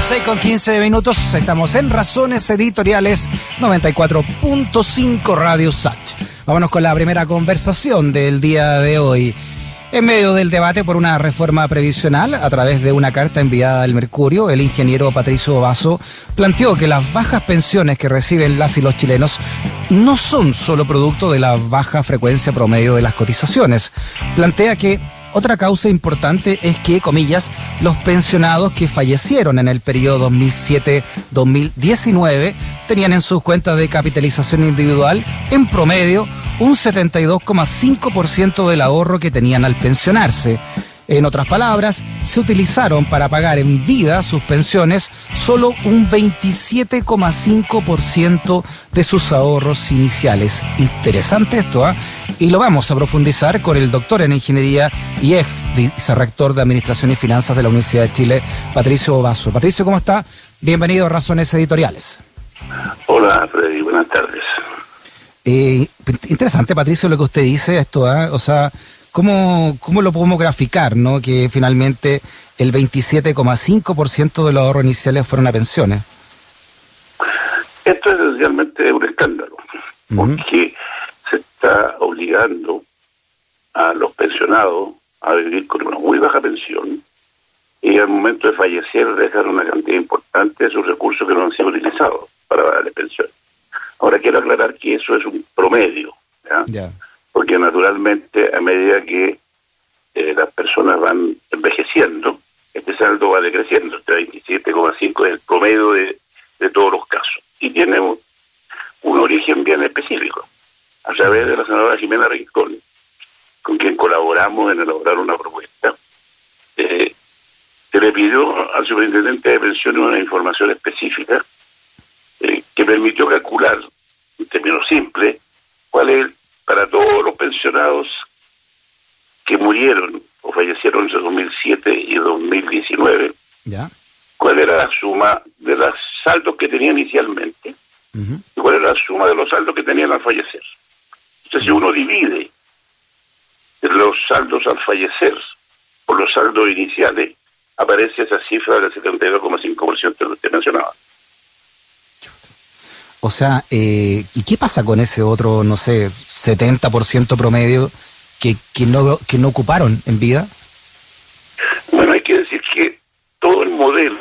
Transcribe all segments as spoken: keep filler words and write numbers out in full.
seis con quince minutos, estamos en Razones Editoriales noventa y cuatro punto cinco Radio Sach. Vámonos con la primera conversación del día de hoy. En medio del debate por una reforma previsional, a través de una carta enviada al Mercurio, el ingeniero Patricio Vaso planteó que las bajas pensiones que reciben las y los chilenos no son solo producto de la baja frecuencia promedio de las cotizaciones. Plantea que otra causa importante es que, comillas, los pensionados que fallecieron en el periodo dos mil siete a dos mil diecinueve tenían en sus cuentas de capitalización individual, en promedio, un setenta y dos coma cinco por ciento del ahorro que tenían al pensionarse. En otras palabras, se utilizaron para pagar en vida sus pensiones solo un veintisiete coma cinco por ciento de sus ahorros iniciales. Interesante esto, ¿eh? Y lo vamos a profundizar con el doctor en Ingeniería y ex vicerrector de Administración y Finanzas de la Universidad de Chile, Patricio Vaso. Patricio, ¿cómo está? Bienvenido a Razones Editoriales. Hola, Freddy, buenas tardes. Eh, interesante, Patricio, lo que usted dice, esto, ¿eh? O sea, ¿Cómo, ¿Cómo lo podemos graficar, no? Que finalmente el veintisiete coma cinco por ciento de los ahorros iniciales fueron a pensiones. Esto es esencialmente un escándalo, uh-huh. porque se está obligando a los pensionados a vivir con una muy baja pensión y al momento de fallecer dejar una cantidad importante de sus recursos que no han sido utilizados para darle pensión. Ahora quiero aclarar que eso es un promedio, ¿ya? Yeah. Porque naturalmente a medida que eh, las personas van envejeciendo, este saldo va decreciendo. Este veintisiete coma cinco es el promedio de, de todos los casos. Y tiene un, un origen bien específico. A través de la senadora Jimena Rincón, con quien colaboramos en elaborar una propuesta, eh, se le pidió al superintendente de pensiones una información específica eh, que permitió calcular, en términos simples, cuál es el para todos los pensionados que murieron o fallecieron entre dos mil siete y dos mil diecinueve, ¿ya? ¿Cuál era la suma de los saldos que tenían inicialmente? Uh-huh. ¿Y cuál era la suma de los saldos que tenían al fallecer? Entonces, si uno divide los saldos al fallecer por los saldos iniciales, aparece esa cifra del setenta y dos coma cinco por ciento que usted mencionaba. O sea, eh, ¿y qué pasa con ese otro, no sé, setenta por ciento promedio que, que no que no ocuparon en vida? Bueno, hay que decir que todo el modelo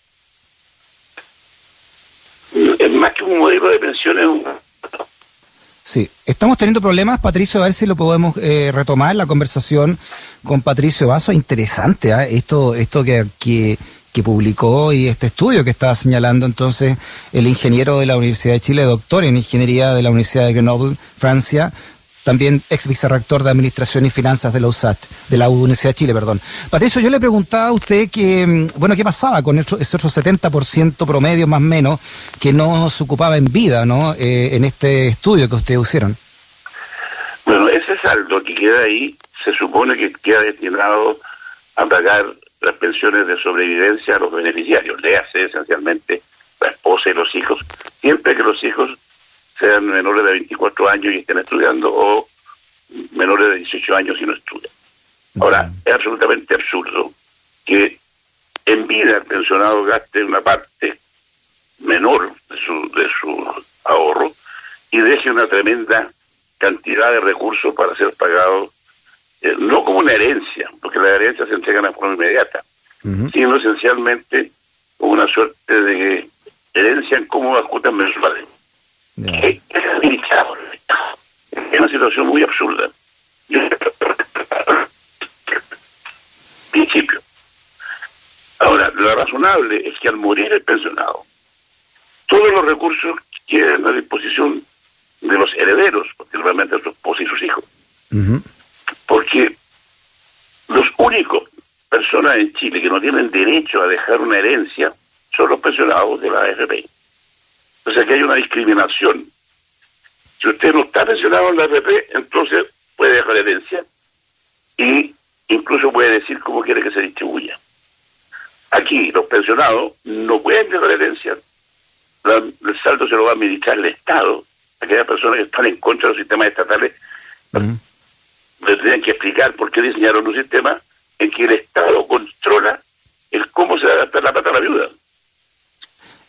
es más que un modelo de pensiones. Un... Sí, estamos teniendo problemas, Patricio, a ver si lo podemos eh, retomar la conversación con Patricio Vaso. Interesante, ¿eh? Esto, esto que... que que publicó y este estudio que estaba señalando entonces el ingeniero de la Universidad de Chile, doctor en Ingeniería de la Universidad de Grenoble, Francia, también ex vicerrector de Administración y Finanzas de la U S A T, de la Universidad de Chile, perdón. Patricio, yo le preguntaba a usted que, bueno, ¿qué pasaba con ese otro setenta por ciento promedio más o menos que no se ocupaba en vida, ¿no? Eh, en este estudio que ustedes hicieron. Bueno, ese saldo que queda ahí se supone que queda destinado a pagar las pensiones de sobrevivencia a los beneficiarios, le hace esencialmente la esposa y los hijos, siempre que los hijos sean menores de veinticuatro años y estén estudiando o menores de dieciocho años y no estudian. Ahora, es absolutamente absurdo que en vida el pensionado gaste una parte menor de su, de su ahorro y deje una tremenda cantidad de recursos para ser pagados, eh, no como una herencia, porque las herencias se entregan de forma inmediata, uh-huh. sino esencialmente como una suerte de herencia en cómodas cuotas mensuales. Yeah. Que es administrado por el Estado. Es una situación muy absurda. Yo principio. Ahora, lo razonable es que al morir el pensionado, todos los recursos queden a disposición de los herederos, particularmente su esposa y sus hijos. Uh-huh. Porque los únicos personas en Chile que no tienen derecho a dejar una herencia son los pensionados de la A F P. O sea que hay una discriminación. Si usted no está pensionado en la A F P, entonces puede dejar herencia y incluso puede decir cómo quiere que se distribuya. Aquí los pensionados no pueden dejar herencia. La, el saldo se lo va a administrar el Estado. Aquellas personas que están en contra de los sistemas estatales uh-huh. les tienen que explicar por qué diseñaron un sistema en que el Estado controla el cómo se va a gastar la plata a la viuda.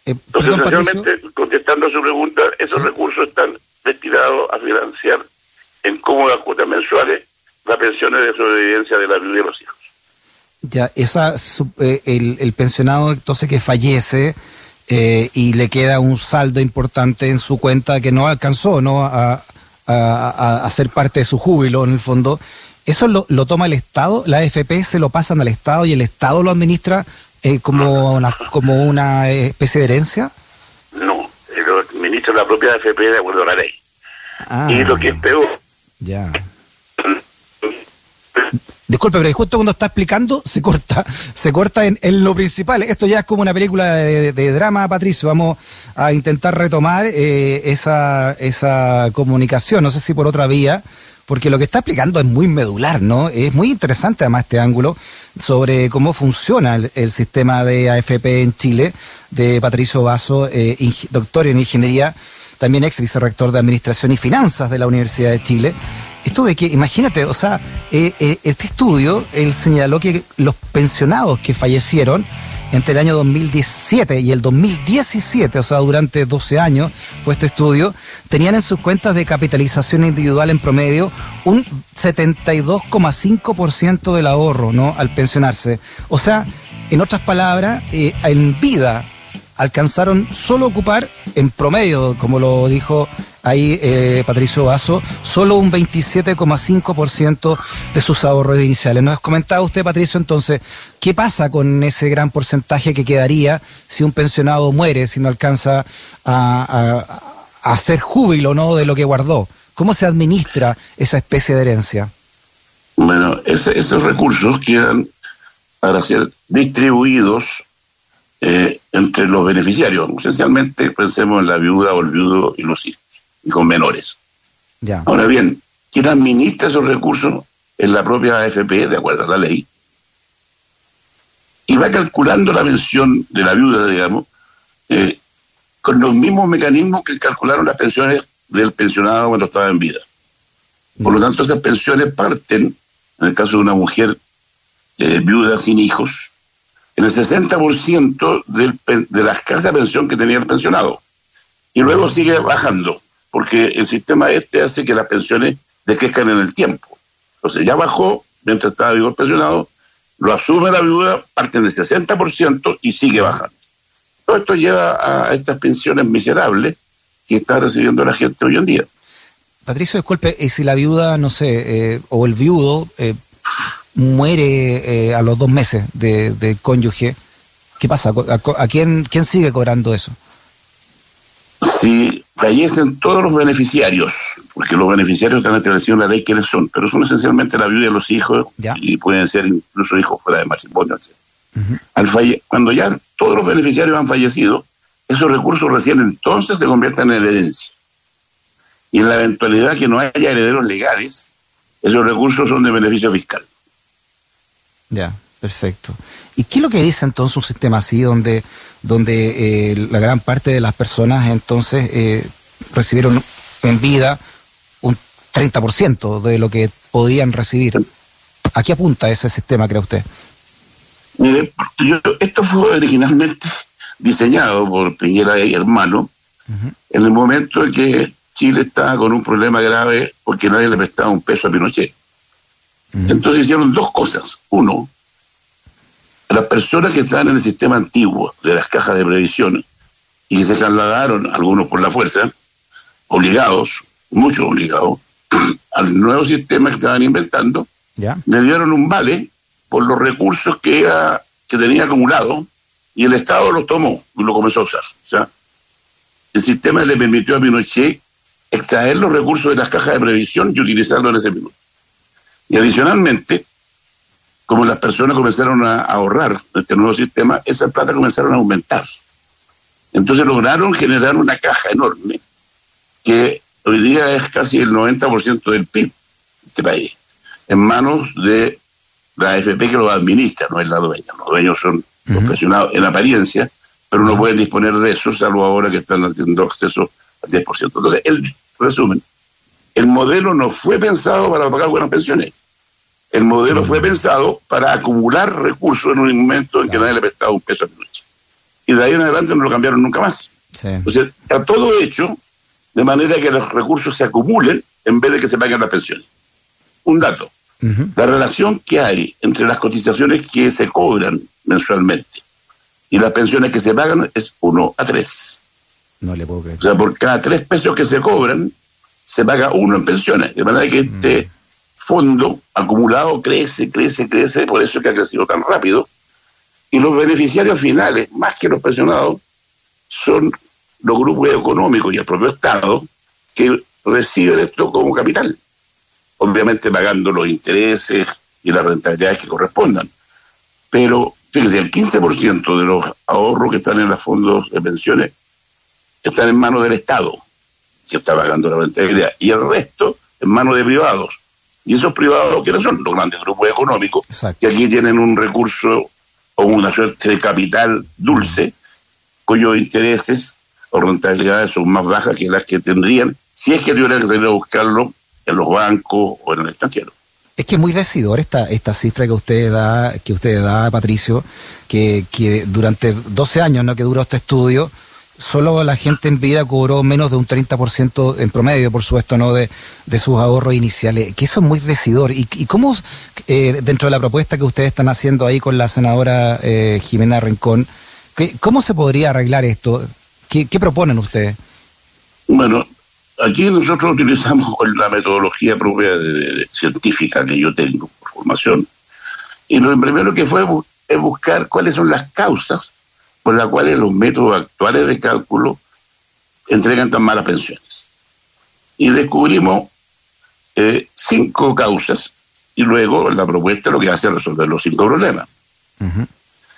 Eh, Entonces, perdón, Patricio. esencialmente, contestando a su pregunta, esos Sí. recursos están destinados a financiar en cómodas cuotas mensuales las pensiones de sobrevivencia de la viuda y los hijos. Ya, esa, su- eh, el, el pensionado entonces que fallece eh, y le queda un saldo importante en su cuenta que no alcanzó, ¿no? A, a, a, a ser parte de su júbilo, en el fondo. ¿Eso lo, lo toma el Estado? ¿La A F P se lo pasan al Estado y el Estado lo administra eh, como, una, como una especie de herencia? No, eh, lo administra la propia A F P de acuerdo a la ley. Ah, Y lo que es peor, ya. Disculpe, pero justo cuando está explicando se corta, se corta en, en lo principal. Esto ya es como una película de, de drama, Patricio. Vamos a intentar retomar eh, esa, esa comunicación, no sé si por otra vía, porque lo que está explicando es muy medular, ¿no? Es muy interesante además este ángulo sobre cómo funciona el, el sistema de A F P en Chile, de Patricio Basso, eh, ing- doctor en ingeniería, también ex vicerrector de Administración y Finanzas de la Universidad de Chile. Esto de que, imagínate, o sea, eh, eh, este estudio, él señaló que los pensionados que fallecieron entre el año dos mil diecisiete y el dos mil diecisiete, o sea, durante doce años fue este estudio, tenían en sus cuentas de capitalización individual en promedio un setenta y dos coma cinco por ciento del ahorro, ¿no?, al pensionarse. O sea, en otras palabras, eh, en vida alcanzaron solo ocupar, en promedio, como lo dijo ahí eh, Patricio Basso, solo un veintisiete coma cinco por ciento de sus ahorros iniciales. Nos comentaba usted, Patricio, entonces, ¿qué pasa con ese gran porcentaje que quedaría si un pensionado muere, si no alcanza a, a, a hacer júbilo, ¿no?, de lo que guardó? ¿Cómo se administra esa especie de herencia? bueno, ese- esos recursos quedan para ser distribuidos eh, entre los beneficiarios. Esencialmente, pensemos en la viuda o el viudo y los hijos, y con menores. Ya. Ahora bien, quien administra esos recursos es la propia A F P, de acuerdo a la ley, y va calculando la pensión de la viuda, digamos, eh, con los mismos mecanismos que calcularon las pensiones del pensionado cuando estaba en vida. Por lo tanto, esas pensiones parten, en el caso de una mujer eh, viuda sin hijos, en el sesenta por ciento del, pen- de la escasa pensión que tenía el pensionado. Y luego sigue bajando, porque el sistema este hace que las pensiones decrezcan en el tiempo. Entonces ya bajó mientras estaba vivo el pensionado, lo asume la viuda, parten del sesenta por ciento y sigue bajando. Todo esto lleva a estas pensiones miserables que está recibiendo la gente hoy en día. Patricio, disculpe, y si la viuda, no sé, eh, o el viudo eh, muere eh, a los dos meses de, de cónyuge, ¿qué pasa? ¿A, a quién, quién sigue cobrando eso? Si fallecen todos los beneficiarios, porque los beneficiarios están establecidos en la ley quiénes son, pero son esencialmente la viuda y los hijos, Ya. y pueden ser incluso hijos fuera de matrimonio, etcétera. Uh-huh. Al falle- cuando ya todos los beneficiarios han fallecido, esos recursos recién entonces se convierten en herencia. Y en la eventualidad que no haya herederos legales, esos recursos son de beneficio fiscal. Ya, perfecto. ¿Y qué es lo que dice entonces un sistema así, donde, donde eh, la gran parte de las personas entonces eh, recibieron en vida un treinta por ciento de lo que podían recibir? ¿A qué apunta ese sistema, cree usted? Mire, yo- esto fue originalmente diseñado por Piñera y hermano Uh-huh. en el momento en que Chile estaba con un problema grave porque nadie le prestaba un peso a Pinochet. Uh-huh. Entonces hicieron dos cosas. Uno, a las personas que estaban en el sistema antiguo de las cajas de previsión y que se trasladaron, algunos por la fuerza, obligados, muchos obligados, al nuevo sistema que estaban inventando, ¿Ya? le dieron un vale por los recursos que, era, que tenía acumulado y el Estado los tomó y lo comenzó a usar. O sea, el sistema le permitió a Pinochet extraer los recursos de las cajas de previsión y utilizarlos en ese minuto. Y adicionalmente, como las personas comenzaron a ahorrar en este nuevo sistema, esas plata comenzaron a aumentar. Entonces lograron generar una caja enorme que hoy día es casi el noventa por ciento del P I B de este país, en manos de la A F P que lo administra, no es la dueña. Los dueños son los Uh-huh. pensionados en apariencia, pero no pueden disponer de eso, salvo ahora que están haciendo acceso al diez por ciento. Entonces, el resumen, el modelo no fue pensado para pagar buenas pensiones. El modelo Uh-huh. fue pensado para acumular recursos en un momento en que nadie le prestaba un peso a Pinochet. y de ahí en adelante no lo cambiaron nunca más. Sí. Entonces, está todo hecho de manera que los recursos se acumulen en vez de que se paguen las pensiones. Un dato, uh-huh. La relación que hay entre las cotizaciones que se cobran mensualmente y las pensiones que se pagan es uno a tres. No le puedo creer. O sea, por cada tres pesos que se cobran, se paga uno en pensiones. De manera que este uh-huh. fondo acumulado crece, crece, crece, por eso es que ha crecido tan rápido. Y los beneficiarios finales, más que los pensionados, son los grupos económicos y el propio Estado que reciben esto como capital, obviamente pagando los intereses y las rentabilidades que correspondan. Pero fíjense, el quince por ciento de los ahorros que están en los fondos de pensiones están en manos del Estado, que está pagando la rentabilidad, y el resto en manos de privados. Y esos privados, ¿quiénes son? Los grandes grupos económicos, Exacto. que aquí tienen un recurso o una suerte de capital dulce, cuyos intereses o rentabilidades son más bajas que las que tendrían si es que tuvieran que salir a buscarlo en los bancos o en el extranjero. Es que es muy decidor esta esta cifra que usted da, que usted da, Patricio, que, que durante doce años, ¿no?, que duró este estudio, solo la gente en vida cobró menos de un treinta por ciento en promedio, por supuesto, ¿no?, de, de sus ahorros iniciales, que eso es muy decidor. ¿Y, y cómo, eh, dentro de la propuesta que ustedes están haciendo ahí con la senadora eh, Jimena Rincón, que, cómo se podría arreglar esto? ¿Qué, qué proponen ustedes? Bueno, aquí nosotros utilizamos la metodología propia de, de, de científica que yo tengo por formación, y lo primero que fue es buscar cuáles son las causas por las cuales los métodos actuales de cálculo entregan tan malas pensiones. Y descubrimos eh, cinco causas, y luego la propuesta lo que hace es resolver los cinco problemas. Uh-huh.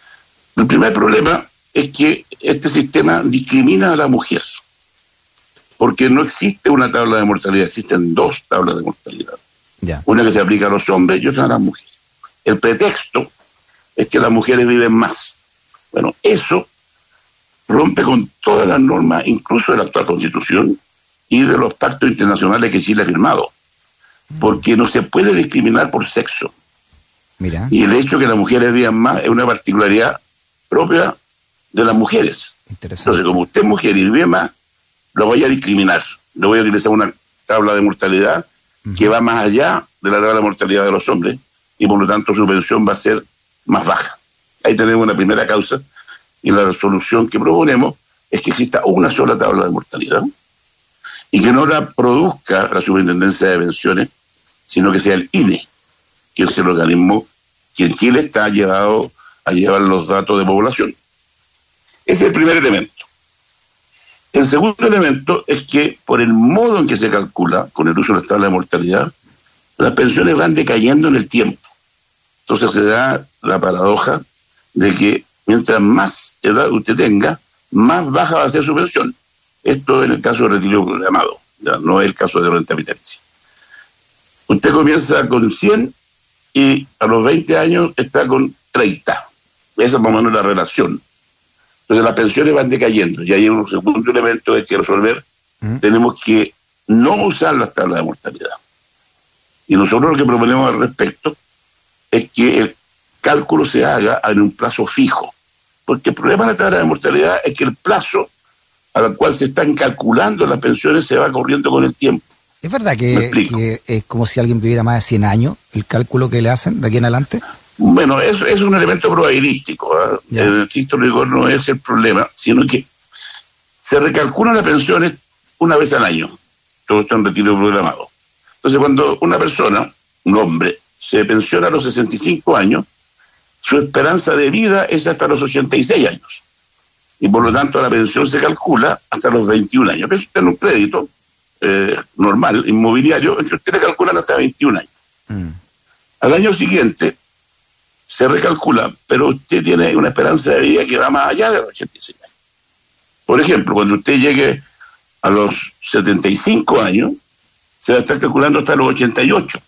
El primer problema es que este sistema discrimina a la mujer, porque no existe una tabla de mortalidad, existen dos tablas de mortalidad. Yeah. Una que se aplica a los hombres y otra a las mujeres. El pretexto es que las mujeres viven más. Bueno, eso rompe con todas las normas, incluso de la actual Constitución y de los pactos internacionales que Chile ha firmado, porque no se puede discriminar por sexo. Mira. Y el hecho de que las mujeres vivan más es una particularidad propia de las mujeres. Entonces, como usted es mujer y vive más, lo voy a discriminar. Le voy a utilizar una tabla de mortalidad uh-huh. que va más allá de la tabla de mortalidad de los hombres, y por lo tanto su pensión va a ser más baja. Ahí tenemos una primera causa, y la solución que proponemos es que exista una sola tabla de mortalidad y que no la produzca la Superintendencia de Pensiones, sino que sea el I N E, que es el organismo que en Chile está llevado a llevar los datos de población. Ese es el primer elemento. El segundo elemento es que por el modo en que se calcula, con el uso de la tabla de mortalidad, las pensiones van decayendo en el tiempo. Entonces se da la paradoja de que mientras más edad usted tenga, más baja va a ser su pensión. Esto es el caso de retiro programado, ya no es el caso de renta vitalicia. Usted comienza con cien y a los veinte años está con treinta. Esa es más o menos la relación. Entonces las pensiones van decayendo, y hay un segundo elemento que hay que resolver. ¿Mm? Tenemos que no usar las tablas de mortalidad. Y nosotros lo que proponemos al respecto es que el cálculo se haga en un plazo fijo, porque el problema de la tabla de mortalidad es que el plazo al cual se están calculando las pensiones se va corriendo con el tiempo. ¿Es verdad que, que es como si alguien viviera más de cien años, el cálculo que le hacen de aquí en adelante? Bueno, eso es un elemento probabilístico, ¿eh? El estricto rigor no es el problema, sino que se recalculan las pensiones una vez al año, todo esto en retiro programado. Entonces, cuando una persona, un hombre, se pensiona a los sesenta y cinco años, su esperanza de vida es hasta los ochenta y seis años. Y por lo tanto la pensión se calcula hasta los veintiún años. Pero en un crédito eh, normal, inmobiliario, entre ustedes calculan hasta veintiún años. Mm. Al año siguiente se recalcula, pero usted tiene una esperanza de vida que va más allá de los ochenta y seis años. Por ejemplo, cuando usted llegue a los setenta y cinco años, se va a estar calculando hasta los ochenta y ocho.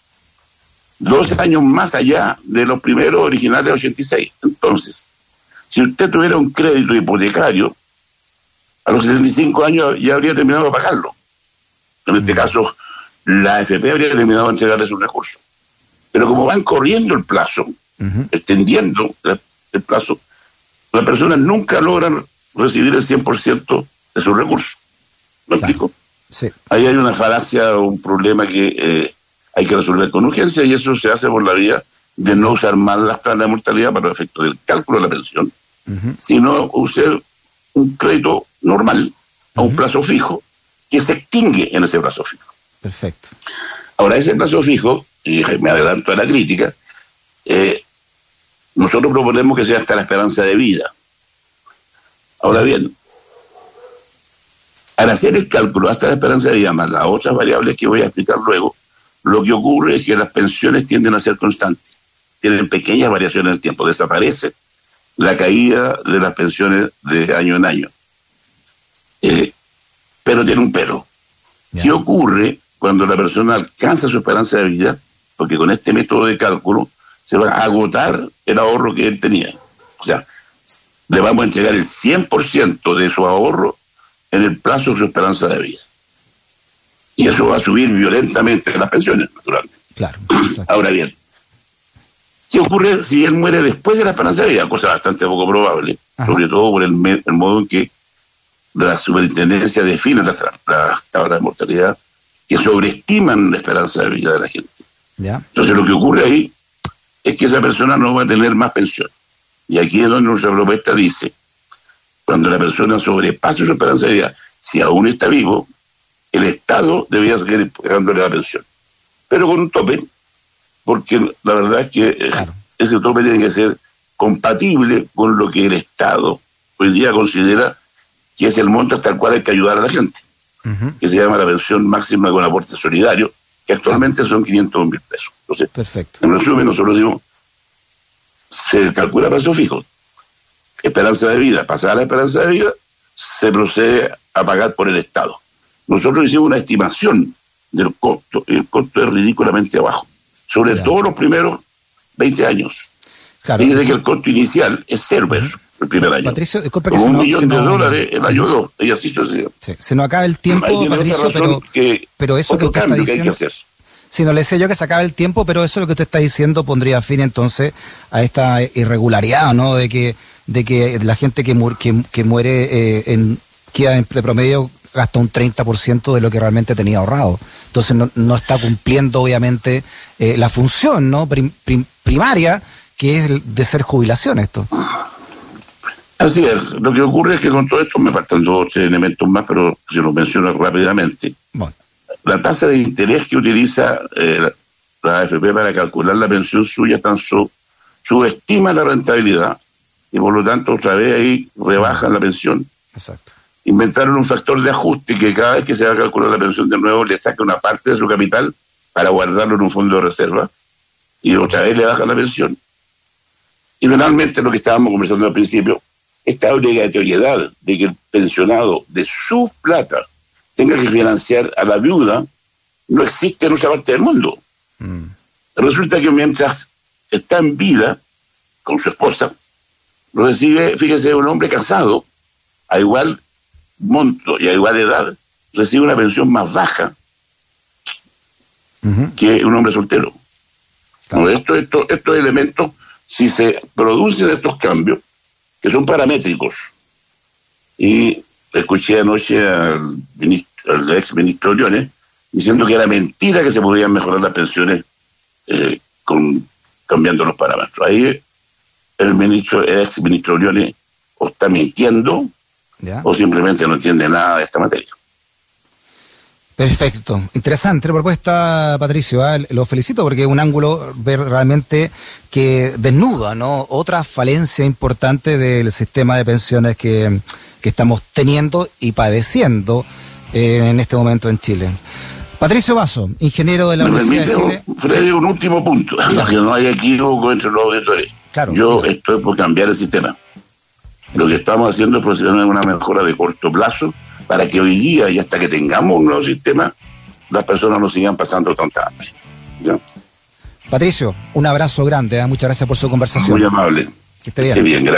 doce años más allá de los primeros originales de ochenta y seis. Entonces, si usted tuviera un crédito hipotecario, a los setenta y cinco años ya habría terminado de pagarlo. En este caso, la A F P habría terminado de entregarle sus recursos. Pero como van corriendo el plazo, uh-huh. extendiendo el plazo, las personas nunca logran recibir el cien por ciento de sus recursos. ¿Me Claro. explico? Sí. Ahí hay una falacia o un problema que eh, hay que resolver con urgencia, y eso se hace por la vía de no usar mal la tabla de mortalidad para el efecto del cálculo de la pensión, Uh-huh. sino usar un crédito normal a un Uh-huh. plazo fijo que se extingue en ese plazo fijo. Perfecto. Ahora, ese plazo fijo, y me adelanto a la crítica, eh, nosotros proponemos que sea hasta la esperanza de vida. Ahora bien, al hacer el cálculo hasta la esperanza de vida, más las otras variables que voy a explicar luego, lo que ocurre es que las pensiones tienden a ser constantes, tienen pequeñas variaciones en el tiempo, desaparece la caída de las pensiones de año en año. Eh, pero tiene un pero. Ya. ¿Qué ocurre cuando la persona alcanza su esperanza de vida? Porque con este método de cálculo se va a agotar el ahorro que él tenía. O sea, le vamos a entregar el cien por ciento de su ahorro en el plazo de su esperanza de vida. Y eso va a subir violentamente las pensiones, naturalmente. Claro. Exacto. Ahora bien, ¿qué ocurre si él muere después de la esperanza de vida? Cosa bastante poco probable, Ajá. sobre todo por el, me- el modo en que la superintendencia define las la tablas de mortalidad que sobreestiman la esperanza de vida de la gente. Ya. Entonces lo que ocurre ahí es que esa persona no va a tener más pensión. Y aquí es donde nuestra propuesta dice, cuando la persona sobrepase su esperanza de vida, si aún está vivo, el Estado debería seguir pagándole la pensión. Pero con un tope, porque la verdad es que eh, Claro. ese tope tiene que ser compatible con lo que el Estado hoy día considera que es el monto hasta el cual hay que ayudar a la gente, Uh-huh. que se llama la pensión máxima con aporte solidario, que actualmente son quinientos mil pesos. Entonces, Perfecto. en resumen, nosotros decimos, se calcula plazo fijo, esperanza de vida, pasada la esperanza de vida, se procede a pagar por el Estado. Nosotros hicimos una estimación del costo, y el costo es ridículamente bajo, sobre Ya. todo los primeros veinte años. Claro. Fíjese que el costo inicial es cero pesos el primer año. Patricio, disculpa que Como se un nos, millón se de nos- dólares el año dos, y así sucesivamente. sí, se nos acaba el tiempo, Ahí tiene Patricio, otra razón pero, que pero eso que otro usted está cambio que hay que diciendo... hacer. Si no le decía yo que se acaba el tiempo, pero eso lo que usted está diciendo pondría fin entonces a esta irregularidad, ¿no? De que de que la gente que, mu que, que muere eh, en queda en, de promedio gasta un treinta por ciento de lo que realmente tenía ahorrado. Entonces no, no está cumpliendo obviamente eh, la función, ¿no? Prim, prim, primaria, que es el de ser jubilación esto. Así es. Lo que ocurre es que con todo esto me faltan dos o tres elementos más, pero se los menciono rápidamente. Bueno, La tasa de interés que utiliza eh, la, la A F P para calcular la pensión suya tan su, subestima la rentabilidad y por lo tanto otra vez ahí rebajan la pensión. exacto. Inventaron un factor de ajuste que cada vez que se va a calcular la pensión de nuevo le saca una parte de su capital para guardarlo en un fondo de reserva y otra vez le bajan la pensión. Y finalmente lo que estábamos conversando al principio, esta obligatoriedad de que el pensionado de su plata tenga que financiar a la viuda no existe en otra parte del mundo. Mm. Resulta que mientras está en vida con su esposa, lo recibe, fíjese, un hombre casado a igual monto y a igual edad, recibe una pensión más baja Uh-huh. que un hombre soltero. Claro. No, esto, esto, estos elementos, si se producen estos cambios, que son paramétricos, y escuché anoche al, ministro, al ex ministro Briones diciendo que era mentira que se podían mejorar las pensiones eh, con, cambiando los parámetros. Ahí el ministro, el ex ministro Briones o está mintiendo ¿Ya? o simplemente no entiende nada de esta materia. Perfecto, interesante la propuesta, Patricio, ¿eh? Lo felicito porque es un ángulo ver realmente que desnuda, ¿no? Otra falencia importante del sistema de pensiones que, que estamos teniendo y padeciendo eh, en este momento en Chile. Patricio Basso, ingeniero de la ¿Me Universidad de permite, Chile. Freddy, un último punto, para que no haya equívoco entre los auditores? Claro, Yo claro. estoy por cambiar el sistema. Lo que estamos haciendo es proceder a una mejora de corto plazo para que hoy día y hasta que tengamos un nuevo sistema, las personas no sigan pasando tanta hambre. ¿Ya? Patricio, un abrazo grande, ¿eh? Muchas gracias por su conversación. Muy amable. Que esté bien. Esté bien, gracias.